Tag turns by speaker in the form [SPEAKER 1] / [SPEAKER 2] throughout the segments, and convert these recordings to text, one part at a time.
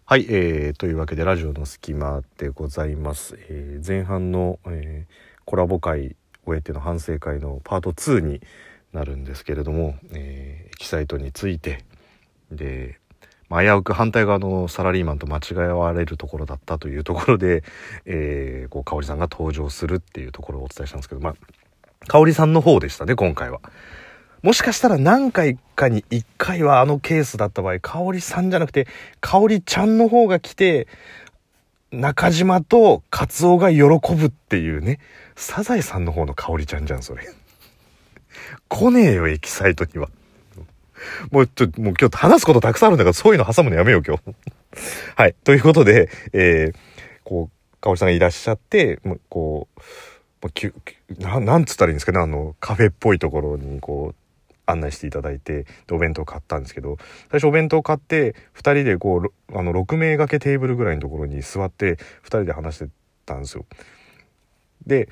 [SPEAKER 1] はい、というわけでラジオの隙間でございます。前半の、コラボ会を終えての反省会のパート2になるんですけれども、エキサイトについてで、危うく反対側のサラリーマンと間違われるところだったというところで、香織さんが登場するっていうところをお伝えしたんですけど、香織さんの方でしたね、今回は。もしかしたら何回かに1回はあのケースだった場合、香織さんじゃなくて香織ちゃんの方が来て、中島とカツオが喜ぶっていうね。サザエさんの方の香織ちゃんじゃん、それ。来ねえよ、エキサイトには。もう今日話すことたくさんあるんだから、そういうの挟むのやめよう、今日。はい。ということで、香織さんがいらっしゃって、なんつったらいいんですかね、カフェっぽいところに案内していただいて、でお弁当買ったんですけど、最初お弁当買って2人で6名掛けテーブルぐらいのところに座って2人で話してたんですよ。で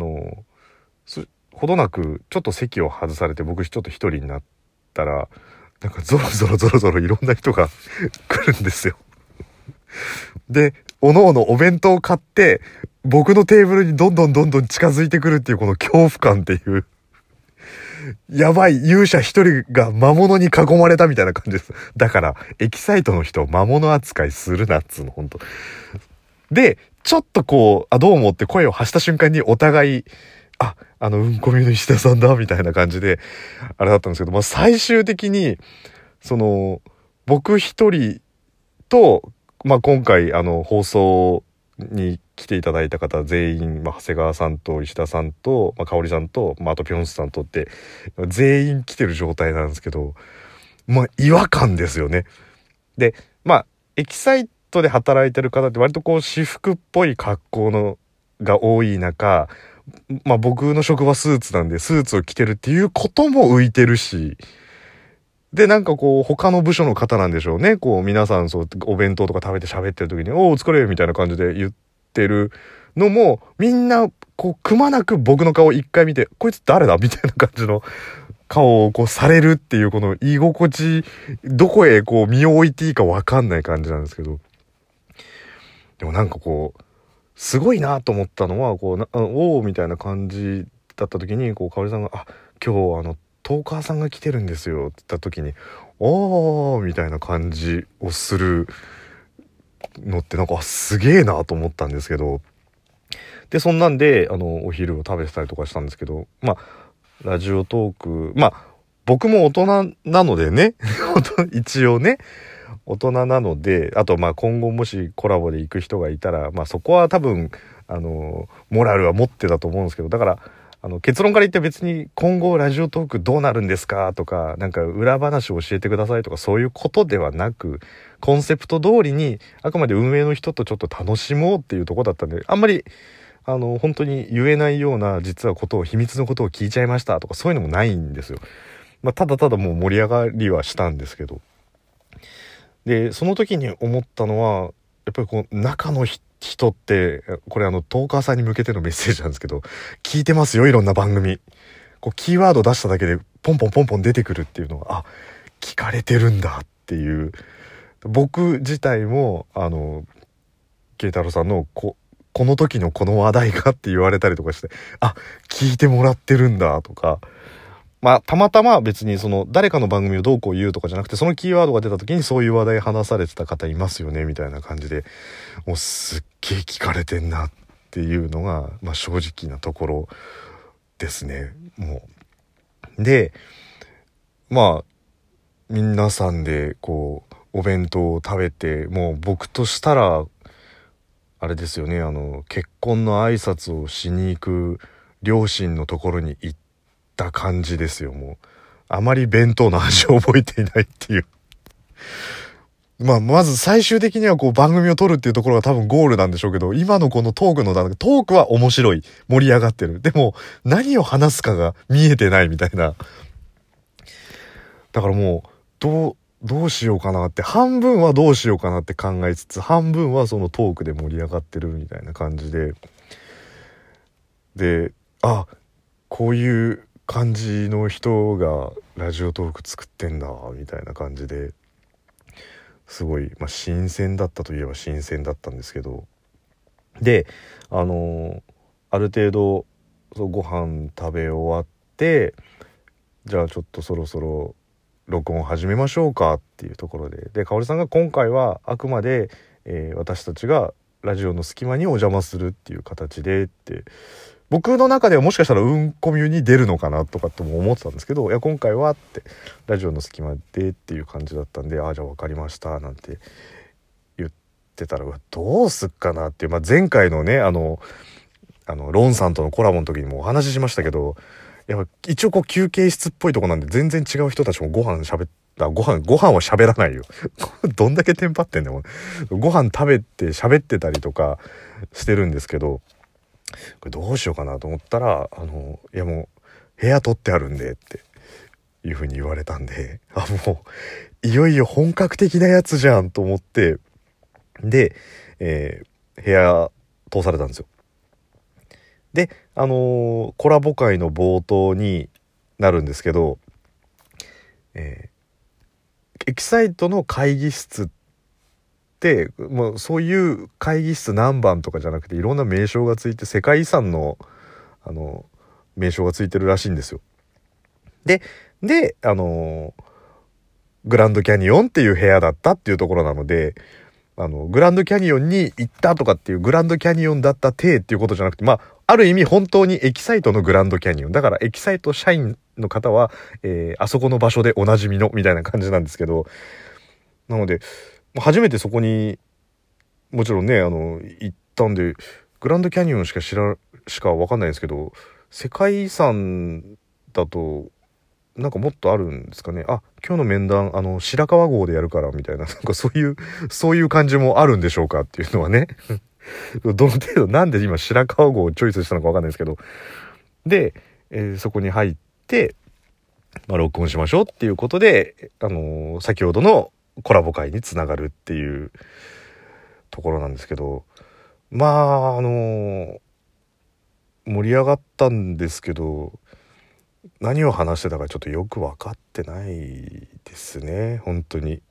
[SPEAKER 1] ほどなくちょっと席を外されて、僕ちょっと一人になったら、なんかゾロゾロいろんな人が来るんですよ。でおのおのお弁当を買って僕のテーブルにどんどん近づいてくるっていう、この恐怖感っていうやばい勇者一人が魔物に囲まれたみたいな感じです。だからエキサイトの人を魔物扱いするなっつうの、本当で、ちょっとどう思って声を発した瞬間にお互い、うんこみの石田さんだみたいな感じであれだったんですけど、最終的に僕一人と、今回放送に来ていただいた方全員、長谷川さんと石田さんと、香織さんと、あとピョンスさんとって全員来てる状態なんですけど、違和感ですよね。で、エキサイトで働いてる方って割と私服っぽい格好のが多い中、僕の職場スーツなんでスーツを着てるっていうことも浮いてるし、で他の部署の方なんでしょうね、皆さんお弁当とか食べて喋ってる時にお疲れみたいな感じで言ってるのも、みんなくまなく僕の顔を一回見て、こいつ誰だみたいな感じの顔をされるっていう、この居心地、どこへ身を置いていいか分かんない感じなんですけど、でもすごいなと思ったのはおーみたいな感じだった時に香織さんが今日トーカーさんが来てるんですよって言った時におーみたいな感じをするのってすげえなと思ったんですけど、でそんなんでお昼を食べてたりとかしたんですけど、ラジオトーク僕も大人なのでね一応ね大人なので、あと今後もしコラボで行く人がいたらそこは多分モラルは持ってたと思うんですけど、だから結論から言って別に今後ラジオトークどうなるんですかとか、裏話を教えてくださいとかそういうことではなく、コンセプト通りにあくまで運営の人とちょっと楽しもうっていうところだったんで、あんまり本当に言えないような実は秘密のことを聞いちゃいましたとかそういうのもないんですよ。ただただもう盛り上がりはしたんですけど、でその時に思ったのは、やっぱり中の人ってこれトーカーさんに向けてのメッセージなんですけど、聞いてますよ、いろんな番組キーワード出しただけでポンポン出てくるっていうのは聞かれてるんだっていう、僕自体も慶太郎さんのこの時のこの話題がって言われたりとかして、聞いてもらってるんだとか、たまたま別に誰かの番組をどう言うとかじゃなくて、そのキーワードが出た時にそういう話題話されてた方いますよねみたいな感じで、もうすっげえ聞かれてんなっていうのが正直なところですね。もうで皆さんでお弁当を食べて、もう僕としたらあれですよね、結婚の挨拶をしに行く両親のところに行った感じですよ。もうあまり弁当の味を覚えていないっていうまず最終的には番組を撮るっていうところが多分ゴールなんでしょうけど、今のこのトークは面白い、盛り上がってる、でも何を話すかが見えてないみたいな。だからもうどうしようかなって、半分はどうしようかなって考えつつ、半分はそのトークで盛り上がってるみたいな感じで、こういう感じの人がラジオトーク作ってんだみたいな感じで、 すごい、新鮮だったといえば新鮮だったんですけど、である程度ご飯食べ終わって、じゃあちょっとそろそろ録音始めましょうかっていうところで、香織さんが今回はあくまで、私たちがラジオの隙間にお邪魔するっていう形でって、僕の中ではもしかしたらコミュに出るのかなとかっても思ってたんですけど、いや今回はってラジオの隙間でっていう感じだったんで、じゃあ分かりましたなんて言ってたら、どうすっかなっていう、前回のねロンさんとのコラボの時にもお話ししましたけど、やっぱ一応休憩室っぽいとこなんで、全然違う人たちもご飯は喋らないよどんだけテンパってんだよ。ご飯食べて喋ってたりとかしてるんですけど、これどうしようかなと思ったら、いやもう部屋取ってあるんでっていう風に言われたんで、もういよいよ本格的なやつじゃんと思って、で、部屋通されたんですよ。でコラボ会の冒頭になるんですけど、エキサイトの会議室ってもうそういう会議室何番とかじゃなくて、いろんな名称がついて、世界遺産の名称がついてるらしいんですよ。でグランドキャニオンっていう部屋だったっていうところなので、グランドキャニオンに行ったとかっていう、グランドキャニオンだった体っていうことじゃなくて、ある意味本当にエキサイトのグランドキャニオンだから、エキサイト社員の方は、あそこの場所でおなじみのみたいな感じなんですけど、なので初めてそこにもちろんね行ったんで、グランドキャニオンしか分かんないんですけど、世界遺産だとなんかもっとあるんですかね。今日の面談白川郷でやるからみたいな、なんかそういう感じもあるんでしょうかっていうのはねどの程度なんで今白川郷をチョイスしたのか分かんないですけど、で、そこに入って、録音しましょうっていうことで、先ほどのコラボ会につながるっていうところなんですけど、盛り上がったんですけど、何を話してたかちょっとよく分かってないですね、本当に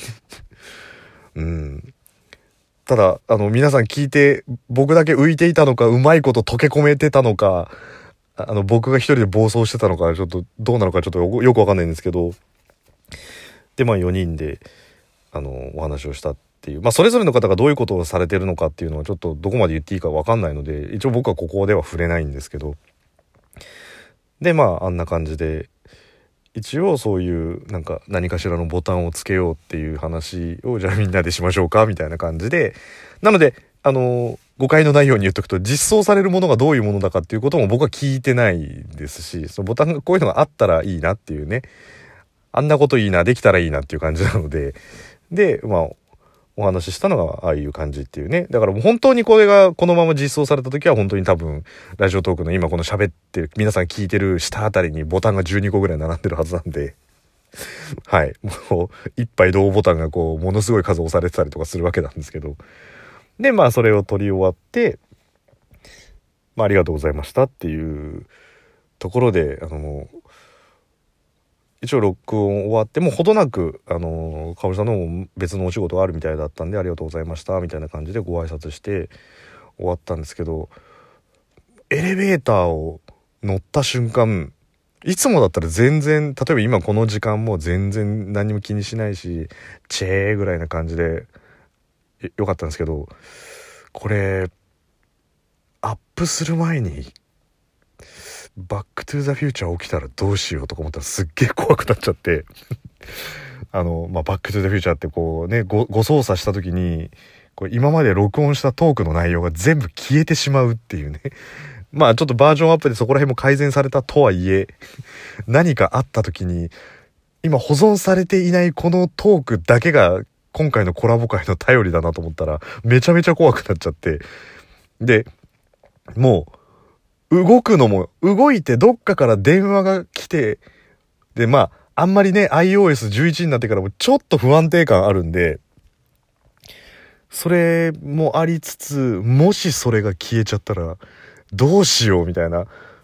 [SPEAKER 1] ただ皆さん聞いて、僕だけ浮いていたのか、うまいこと溶け込めてたのか、僕が一人で暴走してたのか、ちょっとどうなのかちょっとよく分かんないんですけど、で4人でお話をしたっていう、それぞれの方がどういうことをされてるのかっていうのはちょっとどこまで言っていいか分かんないので、一応僕はここでは触れないんですけど、であんな感じで一応そういう何かしらのボタンをつけようっていう話を、じゃあみんなでしましょうかみたいな感じで、なので誤解のないように言っとくと、実装されるものがどういうものだかっていうことも僕は聞いてないですし、そのボタンがこういうのがあったらいいなっていうね、あんなこといいな、できたらいいなっていう感じなので、お話ししたのがああいう感じっていうね。だからもう本当にこれがこのまま実装された時は、本当に多分ラジオトークの今この喋ってる皆さん聞いてる下あたりにボタンが12個ぐらい並んでるはずなんではい、もう一杯同ボタンがものすごい数押されてたりとかするわけなんですけど、でそれを取り終わって、ありがとうございましたっていうところで、一応録音終わって、もうほどなく香織さんのも別のお仕事があるみたいだったんで、ありがとうございましたみたいな感じでご挨拶して終わったんですけど、エレベーターを乗った瞬間、いつもだったら全然、例えば今この時間も全然何も気にしないし、チェーぐらいな感じでよかったんですけど、これアップする前にバックトゥーザフューチャー起きたらどうしようとか思ったらすっげえ怖くなっちゃってバックトゥーザフューチャーってご操作した時に今まで録音したトークの内容が全部消えてしまうっていうねちょっとバージョンアップでそこら辺も改善されたとはいえ、何かあった時に今保存されていないこのトークだけが今回のコラボ会の頼りだなと思ったら、めちゃめちゃ怖くなっちゃって、でもう動くのも、動いてどっかから電話が来て、であんまりね iOS11 になってからもちょっと不安定感あるんで、それもありつつ、もしそれが消えちゃったらどうしようみたいな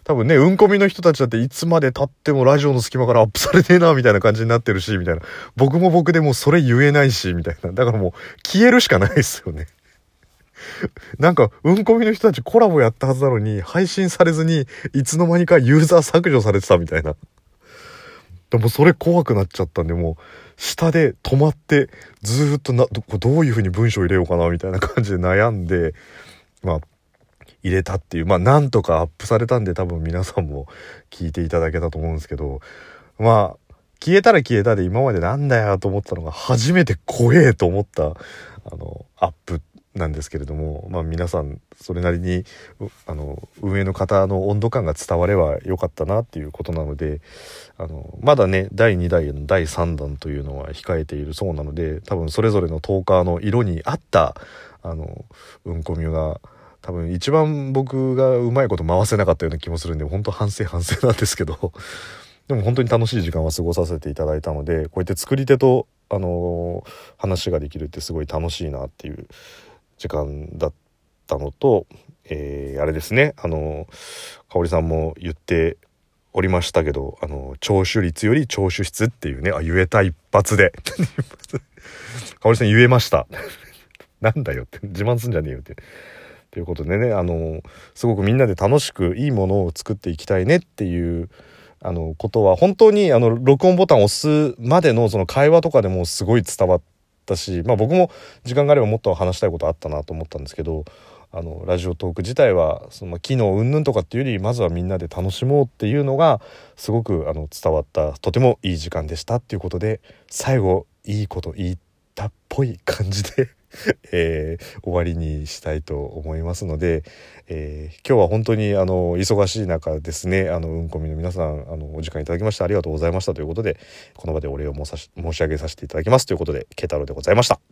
[SPEAKER 1] 多分ね、うんこみの人たちだっていつまで経ってもラジオの隙間からアップされねえな、みたいな感じになってるし、みたいな。僕も僕でもうそれ言えないし、みたいな。だからもう消えるしかないですよね。なんか、うんこみの人たちコラボやったはずなのに、配信されずに、いつの間にかユーザー削除されてたみたいな。でもそれ怖くなっちゃったんで、もう、下で止まって、ずーっとどういう風に文章入れようかな、みたいな感じで悩んで、まあ、入れたっていう、まあなんとかアップされたんで多分皆さんも聞いていただけたと思うんですけど、まあ消えたら消えたで今までなんだよと思ったのが初めて怖えと思ったアップなんですけれども、まあ皆さんそれなりに運営の方の温度感が伝わればよかったなっていうことなので、まだね第2弾の第3弾というのは控えているそうなので、多分それぞれのトーカーの色に合ったうんこみが多分一番僕がうまいこと回せなかったような気もするんで、本当反省なんですけどでも本当に楽しい時間は過ごさせていただいたので、こうやって作り手と話ができるってすごい楽しいなっていう時間だったのと、あれですね、香織さんも言っておりましたけど、聴取率より聴取質っていうね、言えた一発で香織さん言えましたなんだよって自慢すんじゃねえよってということでね、すごくみんなで楽しくいいものを作っていきたいねっていうことは本当に録音ボタンを押すまでのその会話とかでもすごい伝わったし、まあ僕も時間があればもっと話したいことあったなと思ったんですけど、ラジオトーク自体はその機能云々とかっていうよりまずはみんなで楽しもうっていうのがすごく伝わったとてもいい時間でしたっていうことで、最後いいこと言ったっぽい感じで終わりにしたいと思いますので、今日は本当に忙しい中ですね、うんこみの皆さんお時間いただきましてありがとうございましたということで、この場でお礼を申し上げさせていただきますということで、慶太郎でございました。